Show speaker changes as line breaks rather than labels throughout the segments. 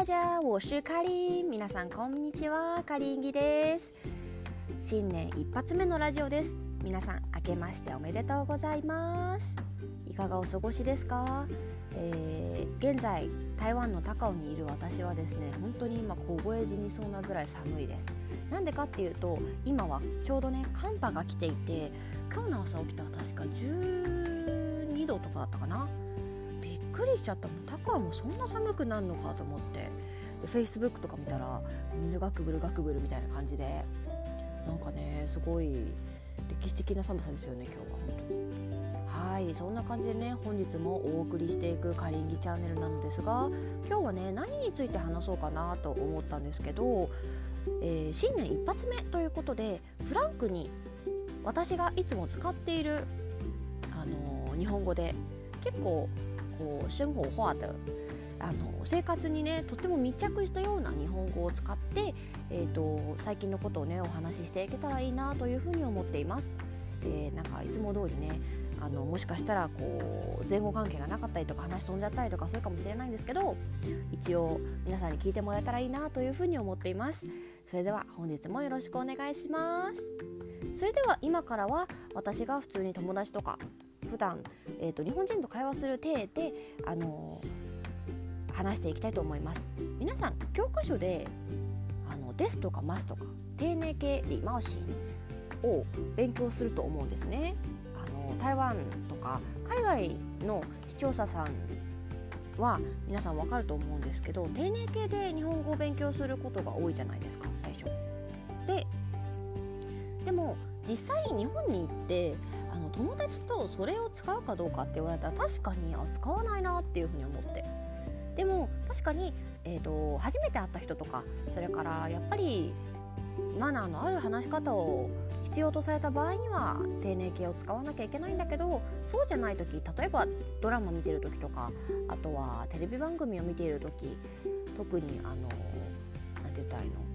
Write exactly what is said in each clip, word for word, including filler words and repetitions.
大家，我是カリン。皆さんこんにちは、カリンギです。新年一発目のラジオです。皆さん明けましておめでとうございます。いかがお過ごしですか？えー、現在台湾の高雄にいる私はですね、本当に今凍え死にそうなぐらい寒いです。なんでかっていうと、今はちょうどね寒波が来ていて、今日の朝起きたら確かじゅうにどとかだったかな。びっくりしちゃった。もう高雄もそんな寒くなるのかと思って、で Facebook とか見たらみんなガクブルガクブルみたいな感じで、なんかねすごい歴史的な寒さですよね、今日は本当に。はい、そんな感じでね、本日もお送りしていくカリンギチャンネルなのですが、今日はね何について話そうかなと思ったんですけど、えー、新年一発目ということで、フランクに私がいつも使っている、あのー、日本語で結構こう生活化で、あの生活にねとっても密着したような日本語を使って、えーと、最近のことをねお話ししていけたらいいなというふうに思っています。えー、なんかいつも通りね、あのもしかしたらこう前後関係がなかったりとか話飛んじゃったりとかするかもしれないんですけど、一応皆さんに聞いてもらえたらいいなというふうに思っています。それでは本日もよろしくお願いします。それでは今からは私が普通に友達とか普段、えーと、日本人と会話する体で、あのー、話していきたいと思います。皆さん教科書であのですとかますとか丁寧形礼貌詞を勉強すると思うんですね。あの台湾とか海外の視聴者さんは皆さん分かると思うんですけど、丁寧形で日本語を勉強することが多いじゃないですか、最初で。でも実際日本に行ってあの友達とそれを使うかどうかって言われたら、確かにあ使わないなっていうふうに思って、でも確かに、えーと、初めて会った人とか、それからやっぱりマナーのある話し方を必要とされた場合には丁寧形を使わなきゃいけないんだけど、そうじゃない時、例えばドラマ見てる時とか、あとはテレビ番組を見ている時、特にあのなんて言ったらいいの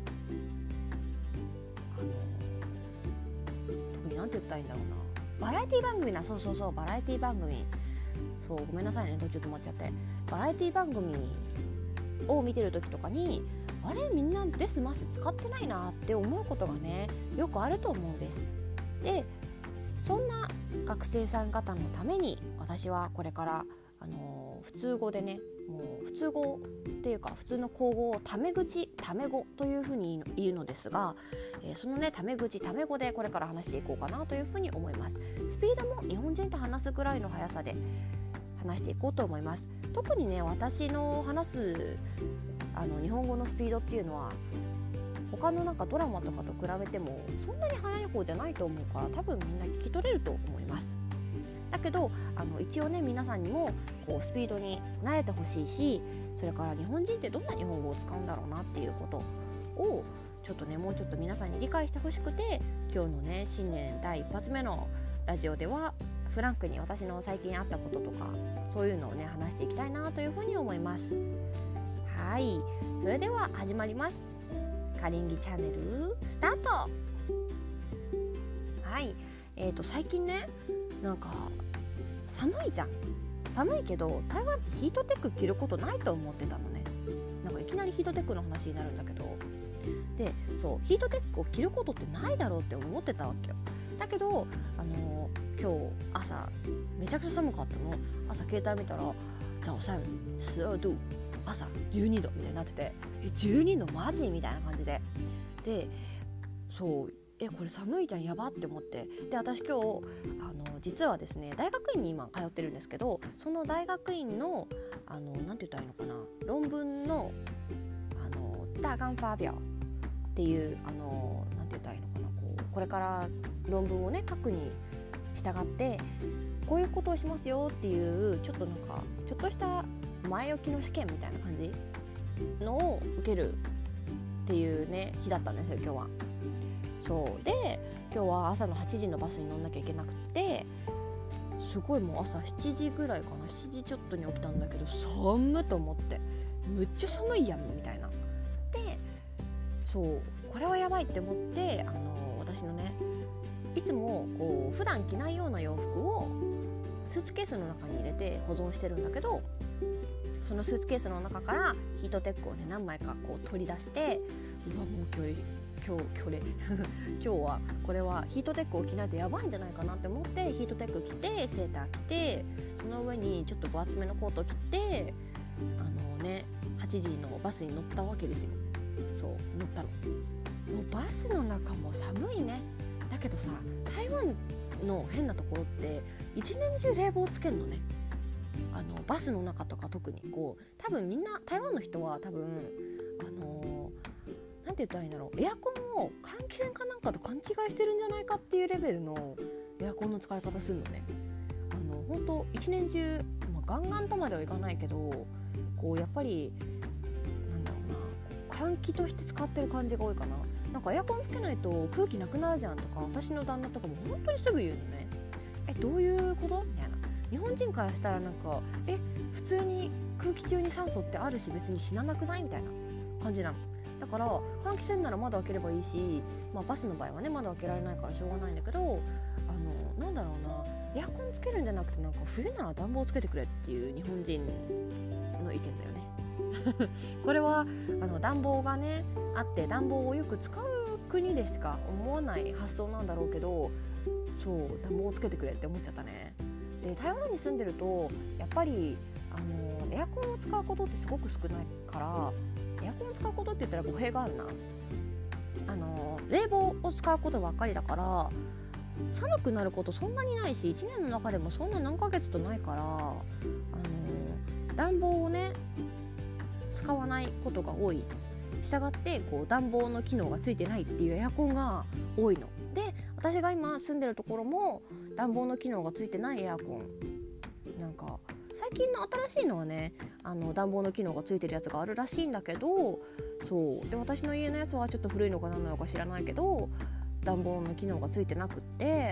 あの特になんて言ったらいいんだろうなバラエティ番組な、そうそうそうバラエティ番組、そうごめんなさいね途中止まっちゃって、バラエティ番組を見てる時とかに、あれみんなですます使ってないなって思うことがねよくあると思うんです。でそんな学生さん方のために、私はこれからあのー、普通語でね、もう普通語っていうか普通の口語をタメ口タメ語というふうに言うのですが、えー、そのねタメ口タメ語でこれから話していこうかなというふうに思います。スピードも日本人と話すぐらいの速さで話していこうと思います。特にね私の話すあの日本語のスピードっていうのは他のなんかドラマとかと比べてもそんなに速い方じゃないと思うから、多分みんな聞き取れると思います。だけどあの一応ね皆さんにもこうスピードに慣れてほしいし、それから日本人ってどんな日本語を使うんだろうなっていうことをちょっとねもうちょっと皆さんに理解してほしくて、今日のね新年第一発目のラジオではフランクに私の最近あったこととかそういうのをね話していきたいなというふうに思います。はい、それでは始まります。カリンギチャンネルスタート。はい、えーと最近ねなんか寒いじゃん。寒いけど台湾ってヒートテック着ることないと思ってたのね。なんかいきなりヒートテックの話になるんだけど、でそうヒートテックを着ることってないだろうって思ってたわけよ。だけどあのー、今日朝めちゃくちゃ寒かったの。朝携帯見たら早上じゅうにど、朝じゅうにどみたいになってて、えじゅうにどマジみたいな感じで、でそうえこれ寒いじゃんやばって思って、で私今日あの実はですね大学院に今通ってるんですけど、その大学院のあのなんて言ったらいいのかな、論文のあの大纲發表っていうあのなんて言ったらいいのかな、こうこれから論文をね書くに従ってこういうことをしますよっていうちょっとなんかちょっとした前置きの試験みたいな感じのを受けるっていうね日だったんですよ今日は。そうで今日は朝のはちじのバスに乗んなきゃいけなくって、すごいもう朝しちじぐらいかな、しちじちょっとに起きたんだけど、寒っと思って、むっちゃ寒いやんみたいな。でそうこれはやばいって思って、あの私のねいつもこう普段着ないような洋服をスーツケースの中に入れて保存してるんだけど、 そのスーツケースの中からヒートテックをね何枚かこう取り出して、うわもう今日今日今日今日はこれはヒートテックを着ないとやばいんじゃないかなって思ってヒートテック着てセーター着て、その上にちょっと分厚めのコート着て、あのねはちじのバスに乗ったわけですよ。そう乗ったの。もうバスの中も寒いね。だけどさ、台湾の変なところって一年中冷房つけるのね。あのバスの中とか特にこう多分みんな台湾の人は多分あのー、なんて言ったらいいんだろう、エアコンを換気扇かなんかと勘違いしてるんじゃないかっていうレベルのエアコンの使い方するのね。あの本当一年中、まあ、ガンガンとまではいかないけど、こうやっぱりなんだろうな、換気として使ってる感じが多いかな。なんかエアコンつけないと空気なくなるじゃんとか、私の旦那とかも本当にすぐ言うのね。えどういうことみたいな。日本人からしたらなんかえ普通に空気中に酸素ってあるし別に死ななくないみたいな感じなの。だから換気扇なら窓開ければいいし、まあ、バスの場合はね窓開けられないからしょうがないんだけど、あのなんだろうな、エアコンつけるんじゃなくてなんか冬なら暖房つけてくれっていう日本人の意見だよねこれはあの暖房がねあって暖房をよく使う国でしか思わない発想なんだろうけど、そう暖房をつけてくれって思っちゃったね。で台湾に住んでるとやっぱりあのエアコンを使うことってすごく少ないから、エアコンを使うことって言ったら語弊があるな。あの冷房を使うことばっかりだから寒くなることそんなにないし、いちねんの中でもそんな何ヶ月とないから、あの暖房をね使わないことが多い。したがってこう暖房の機能がついてないっていうエアコンが多いので、私が今住んでるところも暖房の機能がついてないエアコン、なんか最近の新しいのはねあの暖房の機能がついてるやつがあるらしいんだけど、そうで私の家のやつはちょっと古いのか何なのか知らないけど暖房の機能がついてなくって、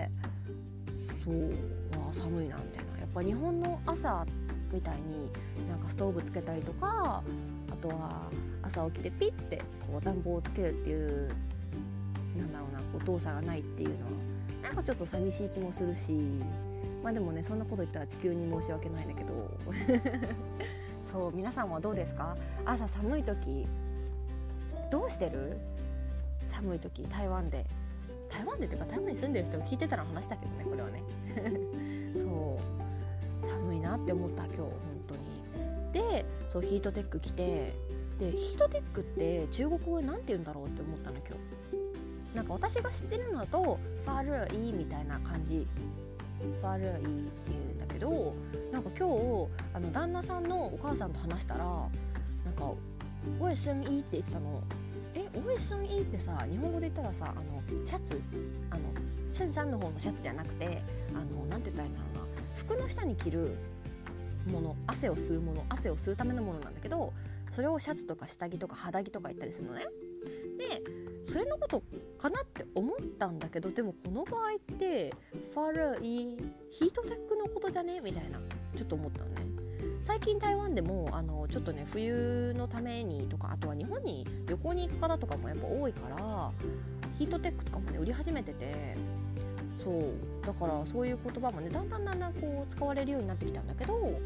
そうわ寒いなみたいな。やっぱ日本の朝みたいになんかストーブつけたりとか、あとは朝起きてピッてこう暖房をつけるっていうなんだろうな、こう動作がないっていうのはなんかちょっと寂しい気もするし、まあでもねそんなこと言ったら地球に申し訳ないんだけどそう皆さんはどうですか？朝寒い時どうしてる？寒い時台湾で台湾でっていうか台湾に住んでる人が聞いてたら話だけどねこれはねそう寒いなって思った今日本当に。でそうヒートテック着て、でヒートテックって中国語でなんて言うんだろうって思ったの今日。なんか私が知ってるのだとファールーイみたいな感じ、ファールーイっていうんだけど、なんか今日あの旦那さんのお母さんと話したらなんかオエスンイーって言ってたの。えオエスンイーってさ日本語で言ったらさあのシャツあのチェンさんの方のシャツじゃなくてあのなんて言ったらいいんだろうな、服の下に着るもの、汗を吸うもの、汗を吸うためのものなんだけど、それをシャツとか下着とか肌着とか言ったりするのね。でそれのことかなって思ったんだけど、でもこの場合ってファールイヒートテックのことじゃねみたいなちょっと思ったのね。最近台湾でもあのちょっとね冬のためにとか、あとは日本に旅行に行く方とかもやっぱ多いからヒートテックとかもね売り始めてて、そうだからそういう言葉もねだんだんだんだんこう使われるようになってきたんだけど、うんなんか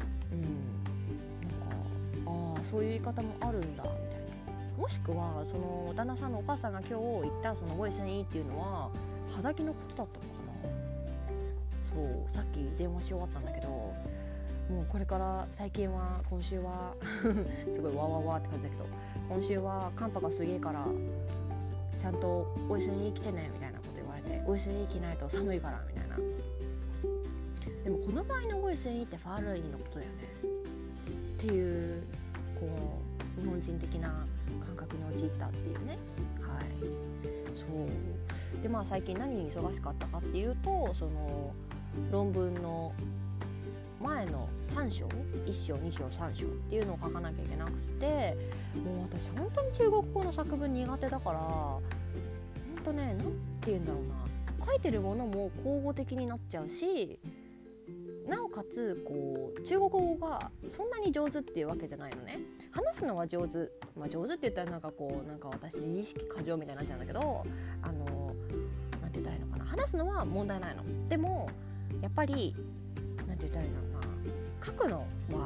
ああそういう言い方もあるんだみたいな。もしくはその旦那さんのお母さんが今日言ったそのウェイシンイっていうのは肌着のことだったのかな。そうさっき電話し終わったんだけど、もうこれから最近は今週はすごいわわわって感じだけど、今週は寒波がすげえからちゃんとウェイシンイ着てねみたいなこと言われて、ウェイシンイ着ないと寒いからみたいな。でもこの場合のウェイシンイってファールイのことだよねっていうこう日本人的な感覚に陥ったっていうね。はいそうでまあ最近何に忙しかったかっていうと、その論文の前のさん章いっ章に章さん章っていうのを書かなきゃいけなくて、もう私本当に中国語の作文苦手だから本当ねなんて言うんだろうな、書いてるものも口語的になっちゃうし、なおかつこう中国語がそんなに上手っていうわけじゃないのね。話すのは上手、まあ、上手って言ったらなんかこうなんか私自意識過剰みたいになっちゃうんだけど、あのなんて言ったらいいのかな、話すのは問題ないの。でもやっぱりなんて言ったらいいのかな、書くのは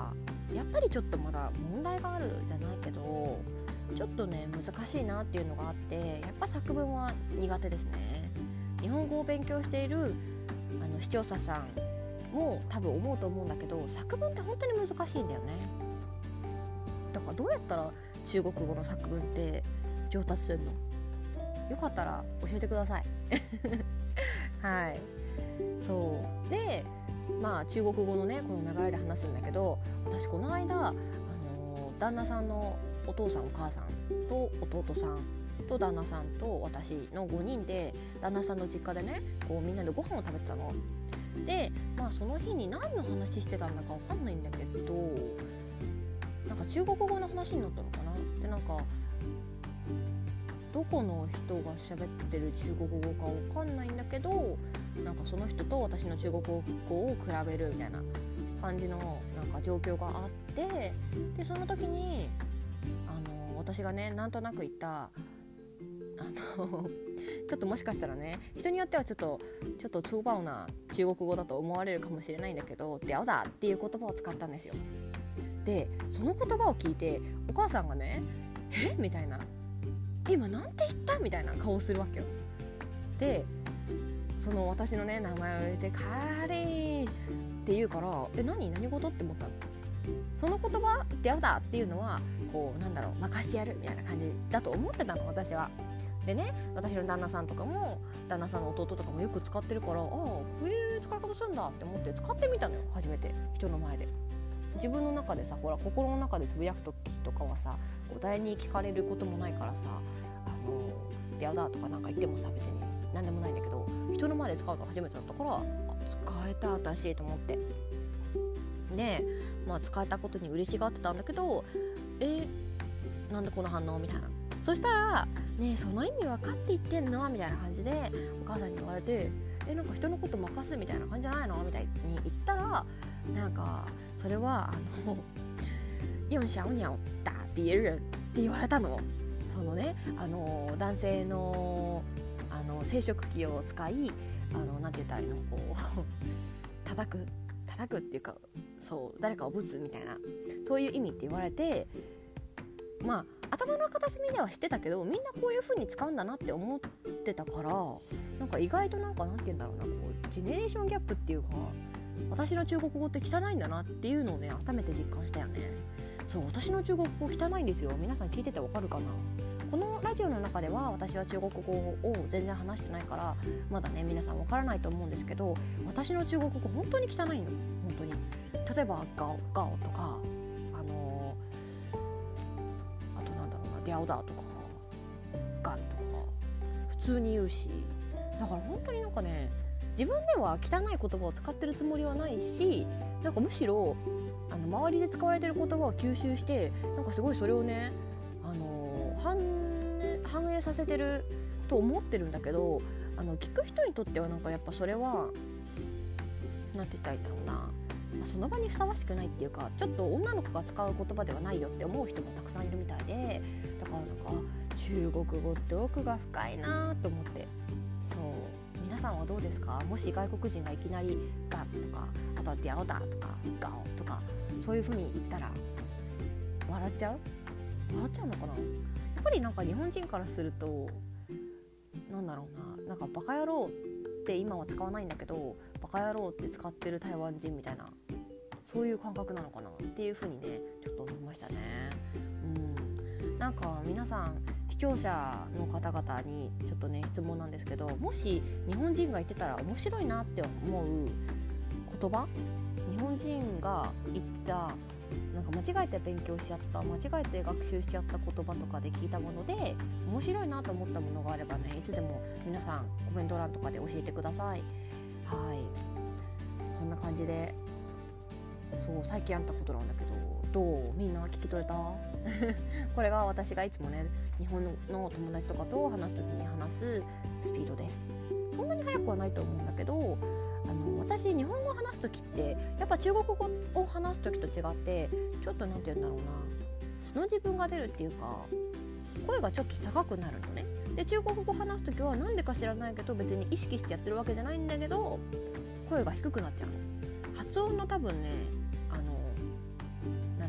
やっぱりちょっとまだ問題があるじゃないけど、ちょっとね難しいなっていうのがあって、やっぱ作文は苦手ですね。日本語を勉強しているあの視聴者さんも多分思うと思うんだけど、作文って本当に難しいんだよね。だからどうやったら中国語の作文って上達するの？よかったら教えてくださいはい、そうで、まあ中国語のねこの流れで話すんだけど、私この間、あの旦那さんのお父さんお母さんと弟さんと旦那さんと私のごにんで旦那さんの実家でねこうみんなでご飯を食べてたので、まあその日に何の話してたんだかわかんないんだけど、なんか中国語の話になったのかな。でなんかどこの人が喋ってる中国語かわかんないんだけど、なんかその人と私の中国語を比べるみたいな感じのなんか状況があって、でその時にあの私がねなんとなく言ったあのちょっともしかしたらね人によってはちょっとちょっと粗暴な中国語だと思われるかもしれないんだけど、デャオダっていう言葉を使ったんですよ。でその言葉を聞いてお母さんがねえみたいな、今なんて言ったみたいな顔をするわけよ。でその私のね名前を入れてカーリーって言うから、え何何事って思ったの。その言葉デャオダっていうのはこうなんだろう任してやるみたいな感じだと思ってたの私は。でね私の旦那さんとかも旦那さんの弟とかもよく使ってるから、ああこういう使い方するんだって思って使ってみたのよ、初めて人の前で。自分の中でさ、ほら心の中でつぶやく時とかはさ、こう誰に聞かれることもないからさ、あのデアダーとかなんか言ってもさ別に何でもないんだけど、人の前で使うのが初めてだったから、あ使えた私と思ってで、まあ使えたことに嬉しがってたんだけど、えなんでこの反応みたいな。そしたらねえその意味分かって言ってんのみたいな感じでお母さんに言われて、えなんか人のこと任すみたいな感じじゃないのみたいに言ったら、なんかそれはあの用小鸟打別人って言われたの。そのねあの男性のあの生殖器を使い、あのなんて言ったらいいの、こう叩く叩くっていうか、そう誰かをぶつみたいな、そういう意味って言われて、まあ頭の片隅では知ってたけど、みんなこういう風に使うんだなって思ってたから、なんか意外となんかなんて言うんだろうな、こうジェネレーションギャップっていうか、私の中国語って汚いんだなっていうのをね改めて実感したよね。そう私の中国語汚いんですよ。皆さん聞いててわかるかな。このラジオの中では私は中国語を全然話してないからまだね皆さんわからないと思うんですけど、私の中国語本当に汚いの。本当に例えばガオガオとかあのー、あとなんだろうなデャオダーとかガンとか普通に言うし、だから本当になんかね自分では汚い言葉を使ってるつもりはないし、なんかむしろあの周りで使われてる言葉を吸収してなんかすごいそれをね、あのー、反, 反映させてると思ってるんだけど、あの聞く人にとってはなんかやっぱそれはなんて言ったらいいんだろうな、まあ、その場にふさわしくないっていうか、ちょっと女の子が使う言葉ではないよって思う人もたくさんいるみたいで、だからなんか中国語って奥が深いなと思って。そう皆さんはどうですか？もし外国人がいきなりガとか、あとはディアオダとかガオとかそういう風に言ったら笑っちゃう？笑っちゃうのかな？やっぱりなんか日本人からするとなんだろうな、なんかバカ野郎って今は使わないんだけど、バカ野郎って使ってる台湾人みたいな、そういう感覚なのかなっていう風にねちょっと思いましたね。うん、なんか皆さん視聴者の方々にちょっとね質問なんですけど、もし日本人が言ってたら面白いなって思う言葉、日本人が言ったなんか間違えて勉強しちゃった、間違えて学習しちゃった言葉とかで聞いたもので面白いなと思ったものがあればね、いつでも皆さんコメント欄とかで教えてください。はい、こんな感じで、そう最近あったことなんだけど、どうみんな聞き取れた？これが私がいつもね日本の友達とかと話すときに話すスピードです。そんなに速くはないと思うんだけど、あの私日本語を話すときってやっぱ中国語を話すときと違ってちょっとなんて言うんだろうな、素の自分が出るっていうか声がちょっと高くなるのね。で中国語を話すときはなんでか知らないけど別に意識してやってるわけじゃないんだけど声が低くなっちゃうの。発音の多分ねあの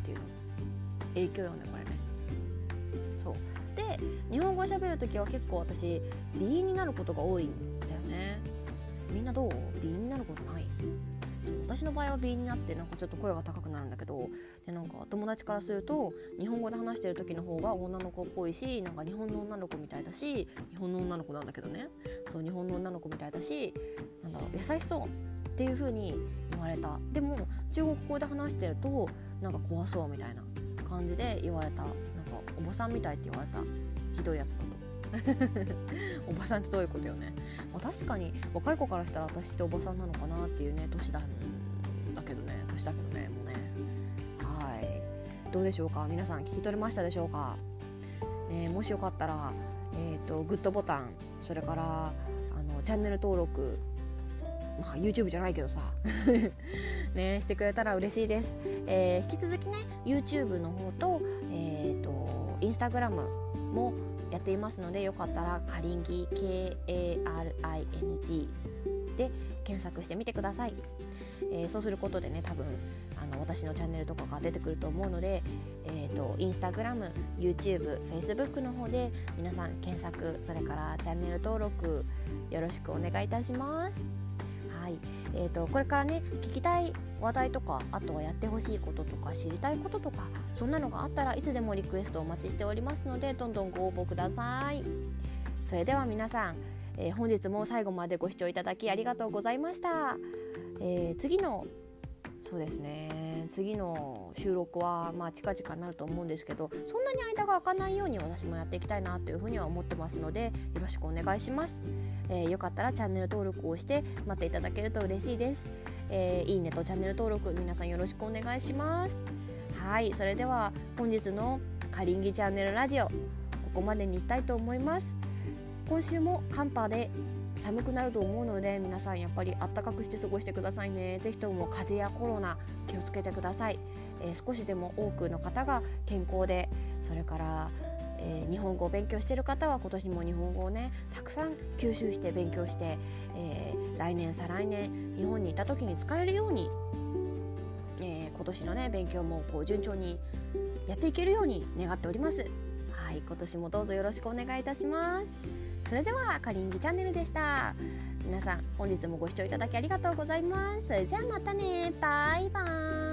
ていうの、影響よねこれね。そうで日本語を喋るときは結構私鼻音になることが多いんだよね。みんなどう？鼻音になることない？そう私の場合は鼻音になってなんかちょっと声が高くなるんだけど、でなんか友達からすると日本語で話してる時の方が女の子っぽいし、なんか日本の女の子みたいだし、日本の女の子なんだけどね、そう日本の女の子みたいだし、なんだろう優しそうっていう風に言われた。でも中国語で話してるとなんか怖そうみたいな感じで言われた。なんかおばさんみたいって言われた。ひどいやつだとおばさんってどういうことよね。まあ、確かに若い子からしたら私っておばさんなのかなっていうね年だだけどね年だけどねもうね。はいどうでしょうか皆さん、聞き取れましたでしょうか。えー、もしよかったら、えーと、グッドボタン、それからあのチャンネル登録、まあ、YouTube じゃないけどさね、してくれたら嬉しいです。えー、引き続きね YouTube の方と、えーと、Instagram もやっていますので、よかったらカリンギ ケーエーアールアイエヌジー で検索してみてください。えー、そうすることでね多分あの私のチャンネルとかが出てくると思うので、えーと、Instagram、YouTube、Facebook の方で皆さん検索、それからチャンネル登録よろしくお願いいたします。はいえーと、これからね聞きたい話題とか、あとはやってほしいこととか知りたいこととか、そんなのがあったらいつでもリクエストお待ちしておりますので、どんどんご応募ください。それでは皆さん、えー、本日も最後までご視聴いただきありがとうございました。えー、次のそうですね次の収録はまあ近々になると思うんですけど、そんなに間が空かないように私もやっていきたいなというふうには思ってますので、よろしくお願いします。えー、よかったらチャンネル登録をして待っていただけると嬉しいです。えー、いいねとチャンネル登録皆さんよろしくお願いします。はい、それでは本日のカリンギチャンネルラジオここまでにしたいと思います。今週も寒波で寒くなると思うので、皆さんやっぱりあったかくして過ごしてくださいね。ぜひとも風邪やコロナ気をつけてください。えー、少しでも多くの方が健康で、それからえー、日本語を勉強している方は今年も日本語をねたくさん吸収して勉強して、えー、来年再来年日本にいた時に使えるように、えー、今年のね勉強もこう順調にやっていけるように願っております。はい、今年もどうぞよろしくお願いいたします。それではカリンギチャンネルでした。皆さん本日もご視聴いただきありがとうございます。それじゃあまたね、バイバイ。